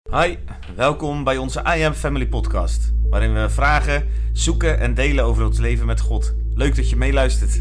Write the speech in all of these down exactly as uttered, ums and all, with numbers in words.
Hi, welkom bij onze I Am Family podcast, waarin we vragen, zoeken en delen over ons leven met God. Leuk dat je meeluistert.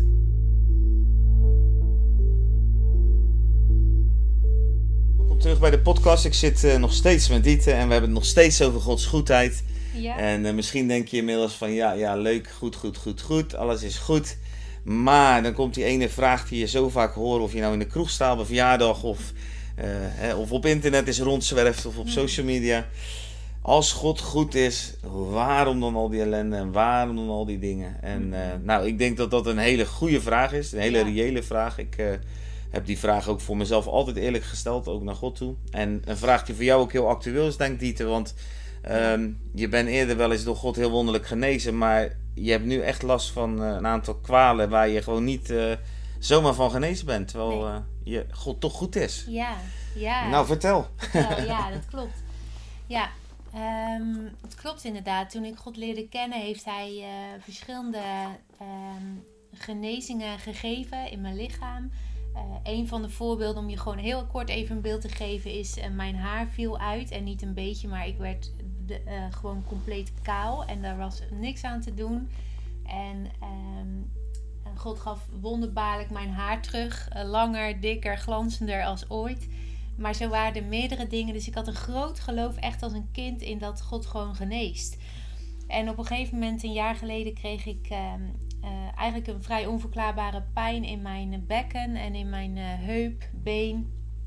Welkom terug bij de podcast. Ik zit uh, nog steeds met Diete en we hebben het nog steeds over Gods goedheid. Ja. En uh, misschien denk je inmiddels van ja, ja, leuk, goed, goed, goed, goed, alles is goed. Maar dan komt die ene vraag die je zo vaak hoort, of je nou in de kroeg staat op een verjaardag of... Uh, hè, of op internet is rondzwerft of op social media. Als God goed is, waarom dan al die ellende en waarom dan al die dingen? En uh, nou, ik denk dat dat een hele goede vraag is, een hele Ja. reële vraag. Ik uh, heb die vraag ook voor mezelf altijd eerlijk gesteld, ook naar God toe. En een vraag die voor jou ook heel actueel is, denk ik, Dieter, want um, je bent eerder wel eens door God heel wonderlijk genezen, maar je hebt nu echt last van uh, een aantal kwalen waar je gewoon niet uh, zomaar van genezen bent, terwijl Nee. uh, je God toch goed is. Ja, ja. Nou, vertel. Vertel, ja, dat klopt. Ja, um, het klopt inderdaad. Toen ik God leerde kennen, heeft hij uh, verschillende um, genezingen gegeven in mijn lichaam. Uh, een van de voorbeelden, om je gewoon heel kort even een beeld te geven, is uh, mijn haar viel uit. En niet een beetje, maar ik werd de, uh, gewoon compleet kaal. En daar was niks aan te doen. En... Um, En God gaf wonderbaarlijk mijn haar terug. Uh, langer, dikker, glanzender als ooit. Maar zo waren er meerdere dingen. Dus ik had een groot geloof, echt als een kind, in dat God gewoon geneest. En op een gegeven moment, een jaar geleden, kreeg ik uh, uh, eigenlijk een vrij onverklaarbare pijn in mijn bekken en in mijn uh, heup, been.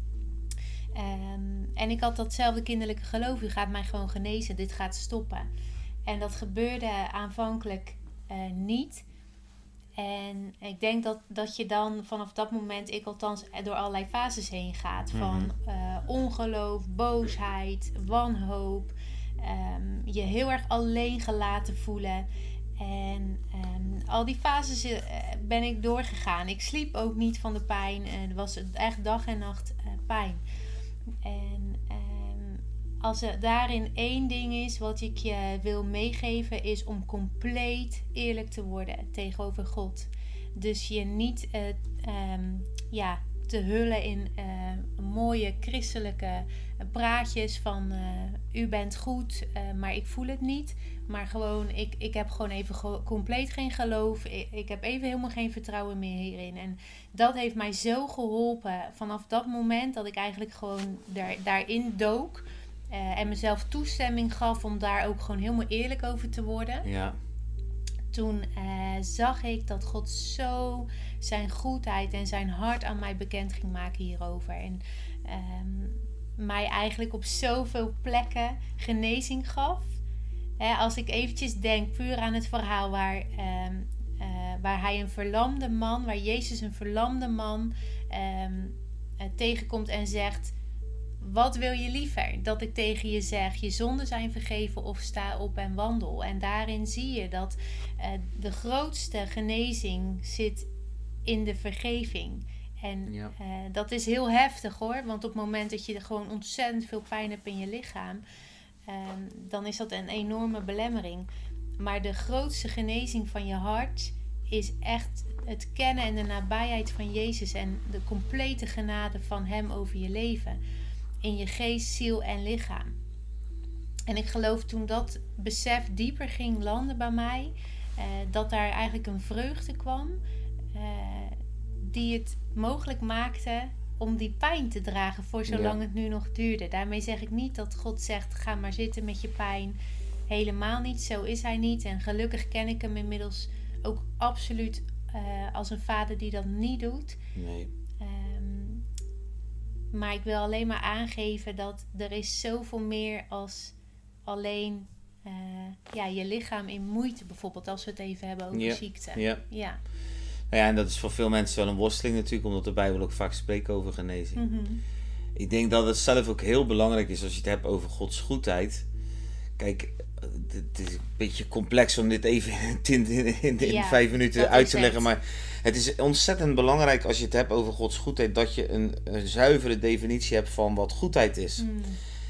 Um, en ik had datzelfde kinderlijke geloof. U gaat mij gewoon genezen, dit gaat stoppen. En dat gebeurde aanvankelijk uh, niet. En ik denk dat, dat je dan vanaf dat moment, ik althans, door allerlei fases heen gaat. Van uh, ongeloof, boosheid, wanhoop. Um, je heel erg alleen gelaten voelen. En um, al die fases uh, ben ik doorgegaan. Ik sliep ook niet van de pijn. Uh, er was echt dag en nacht uh, pijn. En um, als er daarin één ding is wat ik je wil meegeven, is om compleet eerlijk te worden tegenover God. Dus je niet uh, um, ja, te hullen in uh, mooie christelijke praatjes van uh, u bent goed, uh, maar ik voel het niet. Maar gewoon, ik, ik heb gewoon even go- compleet geen geloof. Ik, ik heb even helemaal geen vertrouwen meer hierin. En dat heeft mij zo geholpen vanaf dat moment dat ik eigenlijk gewoon daar, daarin dook. Uh, en mezelf toestemming gaf om daar ook gewoon helemaal eerlijk over te worden. Ja. Toen uh, zag ik dat God zo zijn goedheid en zijn hart aan mij bekend ging maken hierover. En um, mij eigenlijk op zoveel plekken genezing gaf. Hè, als ik eventjes denk puur aan het verhaal waar, um, uh, waar hij een verlamde man, waar Jezus een verlamde man um, uh, tegenkomt en zegt: wat wil je liever? Dat ik tegen je zeg, je zonden zijn vergeven of sta op en wandel. En daarin zie je dat uh, de grootste genezing zit in de vergeving. En Ja. uh, dat is heel heftig hoor. Want op het moment dat je gewoon ontzettend veel pijn hebt in je lichaam, uh, dan is dat een enorme belemmering. Maar de grootste genezing van je hart is echt het kennen en de nabijheid van Jezus en de complete genade van hem over je leven. In je geest, ziel en lichaam. En ik geloof toen dat besef dieper ging landen bij mij, uh, dat daar eigenlijk een vreugde kwam uh, die het mogelijk maakte om die pijn te dragen voor zolang Ja. het nu nog duurde. Daarmee zeg ik niet dat God zegt, ga maar zitten met je pijn. Helemaal niet, zo is hij niet. En gelukkig ken ik hem inmiddels ook absoluut uh, als een vader die dat niet doet. Nee. Um, Maar ik wil alleen maar aangeven dat er is zoveel meer als alleen uh, ja, je lichaam in moeite. Bijvoorbeeld als we het even hebben over Ja. ziekte. Ja. Ja. Nou ja, en dat is voor veel mensen wel een worsteling natuurlijk, omdat de Bijbel ook vaak spreekt over genezing. Mm-hmm. Ik denk dat het zelf ook heel belangrijk is als je het hebt over Gods goedheid. Kijk, het is een beetje complex om dit even in, in, in, in Ja, vijf minuten dat uit is te leggen. het. Maar het is ontzettend belangrijk als je het hebt over Gods goedheid, dat je een, een zuivere definitie hebt van wat goedheid is. Mm.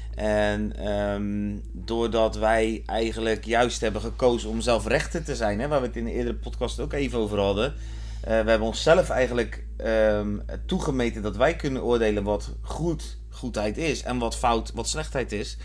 En um, doordat wij eigenlijk juist hebben gekozen om zelf rechter te zijn, hè, waar we het in de eerdere podcast ook even over hadden. Uh, we hebben onszelf eigenlijk um, toegemeten dat wij kunnen oordelen wat goed, goedheid is en wat fout, wat slechtheid is,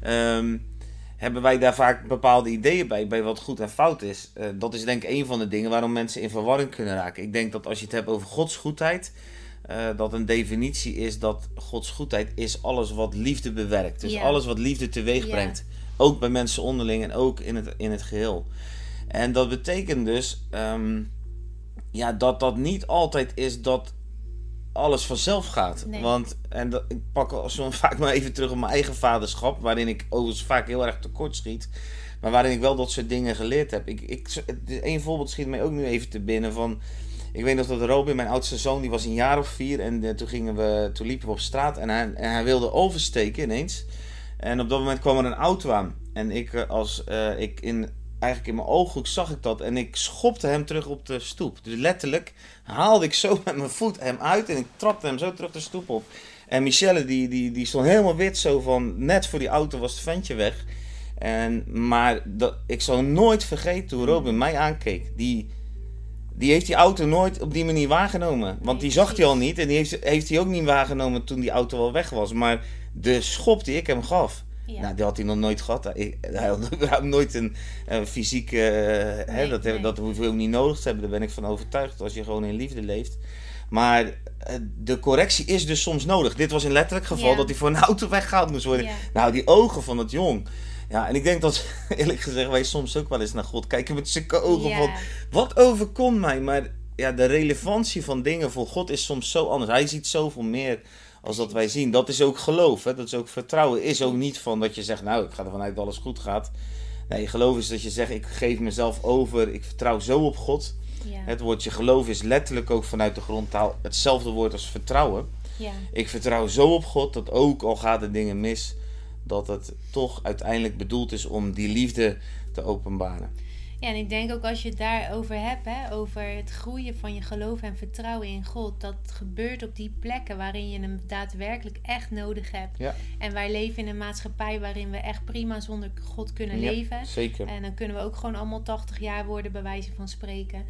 um, hebben wij daar vaak bepaalde ideeën bij, bij wat goed en fout is. Uh, dat is denk ik een van de dingen waarom mensen in verwarring kunnen raken. Ik denk dat als je het hebt over Gods goedheid, uh, dat een definitie is dat Gods goedheid is alles wat liefde bewerkt. Dus ja. alles wat liefde teweeg brengt. Ja. Ook bij mensen onderling en ook in het, in het geheel. En dat betekent dus um, ja, dat dat niet altijd is dat alles vanzelf gaat. Nee. Want, en dat, ik pak zo vaak maar even terug op mijn eigen vaderschap, waarin ik overigens vaak heel erg tekort schiet, maar waarin ik wel dat soort dingen geleerd heb. Ik, ik, een voorbeeld schiet mij ook nu even te binnen van, ik weet nog dat Robin, mijn oudste zoon, die was een jaar of vier en uh, toen, gingen we, toen liepen we op straat en hij, en hij wilde oversteken ineens. En op dat moment kwam er een auto aan. En ik, als uh, ik in, eigenlijk in mijn ooghoek zag ik dat. En ik schopte hem terug op de stoep. Dus letterlijk haalde ik zo met mijn voet hem uit. En ik trapte hem zo terug de stoep op. En Michelle, die, die, die stond helemaal wit zo van, net voor die auto was het ventje weg. En, maar dat, ik zal nooit vergeten hoe Robin mij aankeek. Die, die heeft die auto nooit op die manier waargenomen. Want die zag hij al niet. En die heeft, heeft hij ook niet waargenomen toen die auto al weg was. Maar de schop die ik hem gaf, ja. nou, die had hij nog nooit gehad. Hij, hij had nooit een, een fysieke, uh, nee, hè, dat, nee. dat hoef je ook niet nodig te hebben. Daar ben ik van overtuigd als je gewoon in liefde leeft. Maar uh, de correctie is dus soms nodig. Dit was in letterlijk geval ja. dat hij voor een auto weggehaald moest worden. Ja. Nou, die ogen van het jong. Ja, en ik denk dat, eerlijk gezegd, wij soms ook wel eens naar God kijken met zulke ogen ja. van, wat overkomt mij? Maar ja, de relevantie van dingen voor God is soms zo anders. Hij ziet zoveel meer als dat wij zien. Dat is ook geloof, hè? Dat is ook vertrouwen. Is ook niet van dat je zegt, nou, ik ga ervan uit dat alles goed gaat. Nee, geloof is dat je zegt, ik geef mezelf over, ik vertrouw zo op God. Ja. Het woordje geloof is letterlijk ook vanuit de grondtaal hetzelfde woord als vertrouwen. Ja. Ik vertrouw zo op God, dat ook al gaan de dingen mis, dat het toch uiteindelijk bedoeld is om die liefde te openbaren. Ja, en ik denk ook als je het daarover hebt, hè, over het groeien van je geloof en vertrouwen in God, dat gebeurt op die plekken waarin je hem daadwerkelijk echt nodig hebt. Ja. En wij leven in een maatschappij waarin we echt prima zonder God kunnen ja, leven. Zeker. En dan kunnen we ook gewoon allemaal tachtig jaar worden, bij wijze van spreken.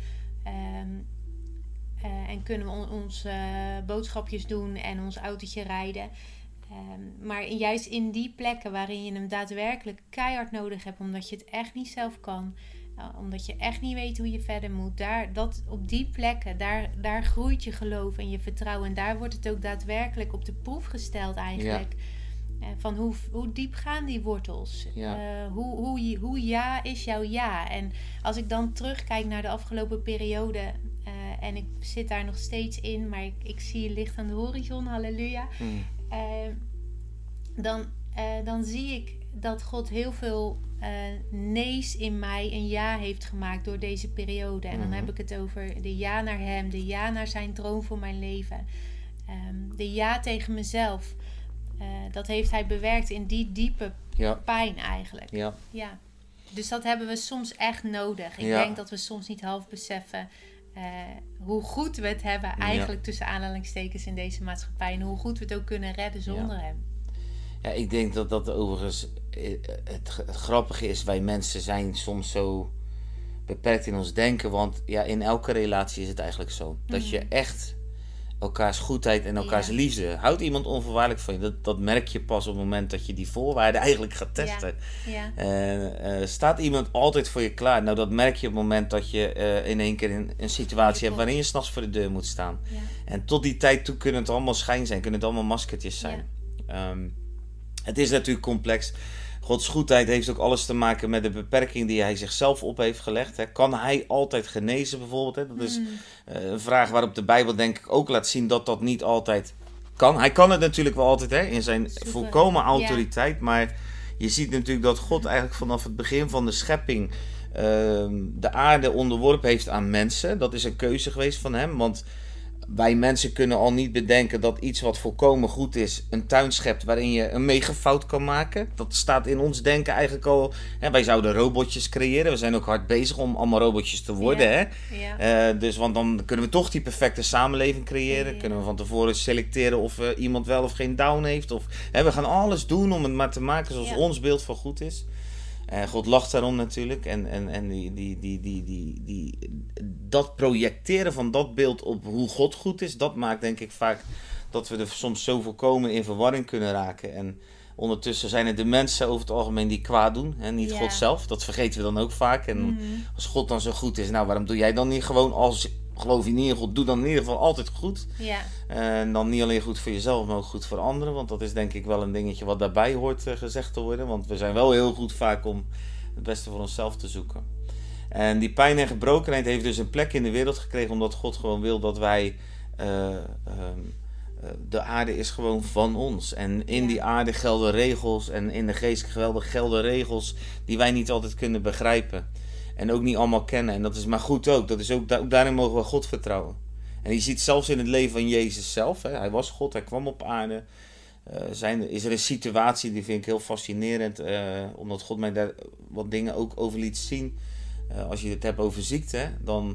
Um, uh, en kunnen we on- onze uh, boodschapjes doen en ons autootje rijden. Um, maar juist in die plekken waarin je hem daadwerkelijk keihard nodig hebt, omdat je het echt niet zelf kan, uh, omdat je echt niet weet hoe je verder moet, daar, dat, op die plekken, daar, daar groeit je geloof en je vertrouwen. En daar wordt het ook daadwerkelijk op de proef gesteld eigenlijk. Ja. Uh, van hoe, hoe diep gaan die wortels? Ja. Uh, hoe, hoe, hoe ja is jouw ja? En als ik dan terugkijk naar de afgelopen periode, uh, en ik zit daar nog steeds in, maar ik, ik zie licht aan de horizon, halleluja. Mm. Uh, dan, uh, dan zie ik dat God heel veel uh, nee's in mij een ja heeft gemaakt door deze periode. En mm-hmm. dan heb ik het over de ja naar hem, de ja naar zijn droom voor mijn leven. Um, de ja tegen mezelf. Uh, dat heeft hij bewerkt in die diepe ja. pijn eigenlijk. Ja. Ja. Dus dat hebben we soms echt nodig. Ik ja. denk dat we soms niet half beseffen Uh, hoe goed we het hebben eigenlijk ja. tussen aanhalingstekens in deze maatschappij. En hoe goed we het ook kunnen redden zonder ja. hem. Ja, ik denk dat dat overigens het, het grappige is. Wij mensen zijn soms zo beperkt in ons denken. Want ja, in elke relatie is het eigenlijk zo. Dat mm-hmm. je echt elkaars goedheid en elkaars ja. liefde. Houdt iemand onvoorwaardelijk van je. Dat, dat merk je pas op het moment dat je die voorwaarden eigenlijk gaat testen. Ja. Ja. Uh, uh, staat iemand altijd voor je klaar? Nou, dat merk je op het moment dat je uh, in één keer in een situatie hebt waarin je 's nachts voor de deur moet staan. Ja. En tot die tijd toe kunnen het allemaal schijn zijn. Kunnen het allemaal maskertjes zijn. Ja. Um, het is natuurlijk complex. Gods goedheid heeft ook alles te maken met de beperking die hij zichzelf op heeft gelegd. Hè. Kan hij altijd genezen bijvoorbeeld? Hè? Dat is mm. uh, een vraag waarop de Bijbel denk ik ook laat zien dat dat niet altijd kan. Hij kan het natuurlijk wel altijd, hè, in zijn Super. volkomen autoriteit. Ja. Maar je ziet natuurlijk dat God eigenlijk vanaf het begin van de schepping uh, de aarde onderworpen heeft aan mensen. Dat is een keuze geweest van hem, want wij mensen kunnen al niet bedenken dat iets wat volkomen goed is, een tuin schept waarin je een megafout kan maken. Dat staat in ons denken eigenlijk al. Hè, wij zouden robotjes creëren. We zijn ook hard bezig om allemaal robotjes te worden. Ja, hè? Ja. Uh, dus, want dan kunnen we toch die perfecte samenleving creëren. Ja. Kunnen we van tevoren selecteren of uh, iemand wel of geen down heeft. Of, hè, we gaan alles doen om het maar te maken zoals ja. ons beeld van goed is. Uh, God lacht daarom natuurlijk. En, en, en die, die, die, die, die, die, dat projecteren van dat beeld op hoe God goed is, dat maakt denk ik vaak dat we er soms zo volkomen in verwarring kunnen raken. En ondertussen zijn het de mensen over het algemeen die kwaad doen. En niet Ja. God zelf. Dat vergeten we dan ook vaak. En Mm-hmm. als God dan zo goed is. Nou, waarom doe jij dan niet gewoon als geloof je niet in God. Doe dan in ieder geval altijd goed. Ja. En dan niet alleen goed voor jezelf. Maar ook goed voor anderen. Want dat is denk ik wel een dingetje wat daarbij hoort uh, gezegd te worden. Want we zijn wel heel goed vaak om het beste voor onszelf te zoeken. En die pijn en gebrokenheid heeft dus een plek in de wereld gekregen. Omdat God gewoon wil dat wij... Uh, um, de aarde is gewoon van ons. En in Ja. die die aarde gelden regels. En in de geest geweldig gelden regels die wij niet altijd kunnen begrijpen. En ook niet allemaal kennen. En dat is maar goed ook. Dat is ook, ook daarin mogen we God vertrouwen. En je ziet zelfs in het leven van Jezus zelf. Hè, hij was God, hij kwam op aarde. Uh, zijn, is er een situatie, die vind ik heel fascinerend. Uh, omdat God mij daar wat dingen ook over liet zien. Uh, als je het hebt over ziekte, dan...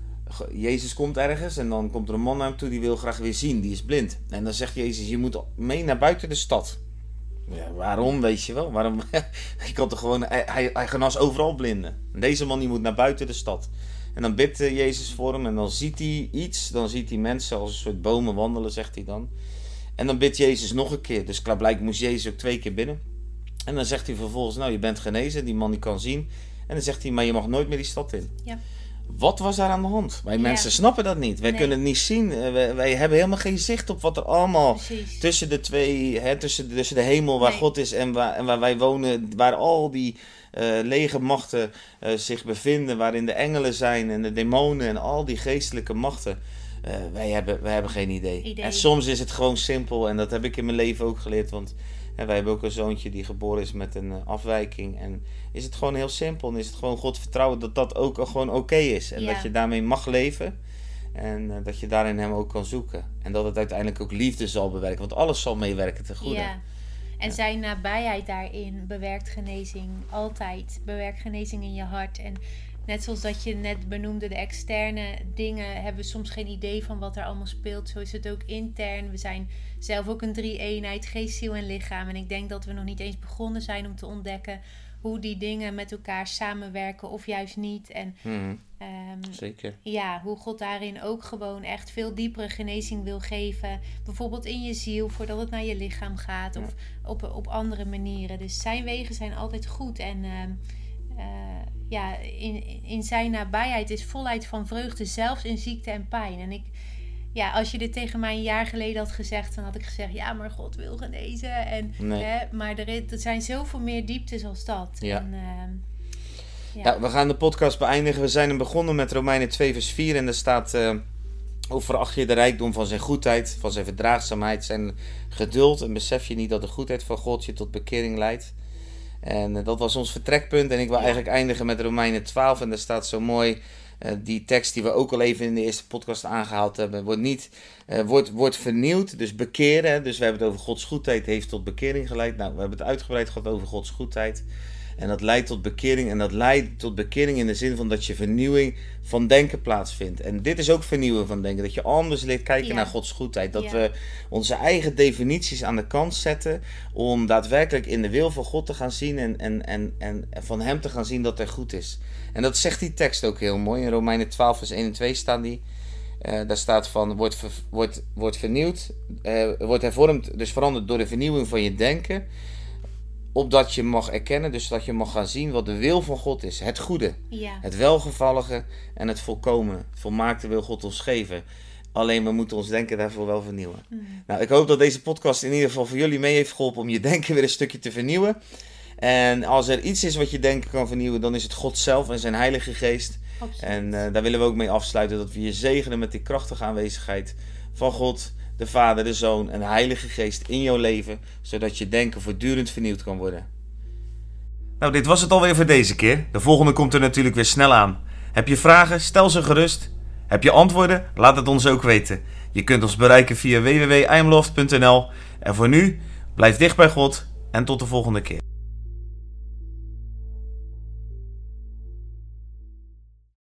Jezus komt ergens en dan komt er een man naar hem toe die wil graag weer zien, die is blind. En dan zegt Jezus, je moet mee naar buiten de stad. Ja, waarom, weet je wel? Waarom? Je kan toch gewoon, hij, hij, hij genas overal blinden. En deze man die moet naar buiten de stad. En dan bidt Jezus voor hem en dan ziet hij iets. Dan ziet hij mensen als een soort bomen wandelen, zegt hij dan. En dan bidt Jezus nog een keer. Dus klaarblijkelijk moest Jezus ook twee keer bidden. En dan zegt hij vervolgens, nou je bent genezen, die man die kan zien. En dan zegt hij, maar je mag nooit meer die stad in. Ja. Wat was daar aan de hand? Wij Ja. mensen snappen dat niet. Wij Nee. kunnen het niet zien. Wij, wij hebben helemaal geen zicht op wat er allemaal Precies. tussen de twee, hè, tussen, tussen de hemel waar Nee. God is en waar, en waar wij wonen, waar al die uh, lege machten uh, zich bevinden, waarin de engelen zijn en de demonen en al die geestelijke machten. Uh, wij, hebben, wij hebben geen idee. Idee. En soms is het gewoon simpel en dat heb ik in mijn leven ook geleerd, want hè, wij hebben ook een zoontje die geboren is met een uh, afwijking en is het gewoon heel simpel en is het gewoon God vertrouwen dat dat ook gewoon oké okay is en Ja. dat je daarmee mag leven en uh, dat je daarin hem ook kan zoeken en dat het uiteindelijk ook liefde zal bewerken, want alles zal meewerken ten goede. Ja. En Ja. zijn nabijheid daarin bewerkt genezing altijd. Bewerkt genezing in je hart. En net zoals dat je net benoemde, de externe dingen, hebben we soms geen idee van wat er allemaal speelt. Zo is het ook intern. We zijn zelf ook een drie-eenheid, geest, ziel en lichaam. En ik denk dat we nog niet eens begonnen zijn om te ontdekken hoe die dingen met elkaar samenwerken of juist niet. En Mm-hmm. um, Zeker. ja, hoe God daarin ook gewoon echt veel diepere genezing wil geven. Bijvoorbeeld in je ziel, voordat het naar je lichaam gaat. Of op, op andere manieren. Dus zijn wegen zijn altijd goed. En uh, uh, ja, in, in zijn nabijheid is volheid van vreugde, zelfs in ziekte en pijn. En ik, ja, als je dit tegen mij een jaar geleden had gezegd, dan had ik gezegd, ja, maar God wil genezen. En, Nee. hè, maar er, er zijn zoveel meer dieptes als dat. Ja. En, uh, ja. Ja, we gaan de podcast beëindigen. We zijn begonnen met Romeinen twee vers vier en daar staat uh, overacht je de rijkdom van zijn goedheid, van zijn verdraagzaamheid, zijn geduld en besef je niet dat de goedheid van God je tot bekering leidt. En uh, dat was ons vertrekpunt en ik wil Ja. eigenlijk eindigen met Romeinen twaalf en daar staat zo mooi, uh, die tekst die we ook al even in de eerste podcast aangehaald hebben, wordt niet, uh, wordt, wordt vernieuwd, dus bekeren. Dus we hebben het over Gods goedheid, heeft tot bekering geleid. Nou, we hebben het uitgebreid gehad over Gods goedheid. En dat leidt tot bekering. En dat leidt tot bekering in de zin van dat je vernieuwing van denken plaatsvindt. En dit is ook vernieuwen van denken. Dat je anders leert kijken Ja. naar Gods goedheid. Dat Ja. we onze eigen definities aan de kant zetten. Om daadwerkelijk in de wil van God te gaan zien. En, en, en, en van hem te gaan zien dat hij goed is. En dat zegt die tekst ook heel mooi. In Romeinen twaalf vers één en twee staan die. Uh, daar staat van, wordt, ver, wordt, wordt vernieuwd. Uh, wordt hervormd, dus veranderd door de vernieuwing van je denken. Opdat je mag erkennen, dus dat je mag gaan zien wat de wil van God is. Het goede, Ja. het welgevallige en het volkomene. Het volmaakte wil God ons geven. Alleen we moeten ons denken daarvoor wel vernieuwen. Mm. Nou, ik hoop dat deze podcast in ieder geval voor jullie mee heeft geholpen om je denken weer een stukje te vernieuwen. En als er iets is wat je denken kan vernieuwen, dan is het God zelf en zijn Heilige Geest. Absoluut. En uh, daar willen we ook mee afsluiten, dat we je zegenen met die krachtige aanwezigheid van God, de Vader, de Zoon en de Heilige Geest in jouw leven, zodat je denken voortdurend vernieuwd kan worden. Nou, dit was het alweer voor deze keer. De volgende komt er natuurlijk weer snel aan. Heb je vragen? Stel ze gerust. Heb je antwoorden? Laat het ons ook weten. Je kunt ons bereiken via w w w punt i am loft punt n l. En voor nu, blijf dicht bij God en tot de volgende keer.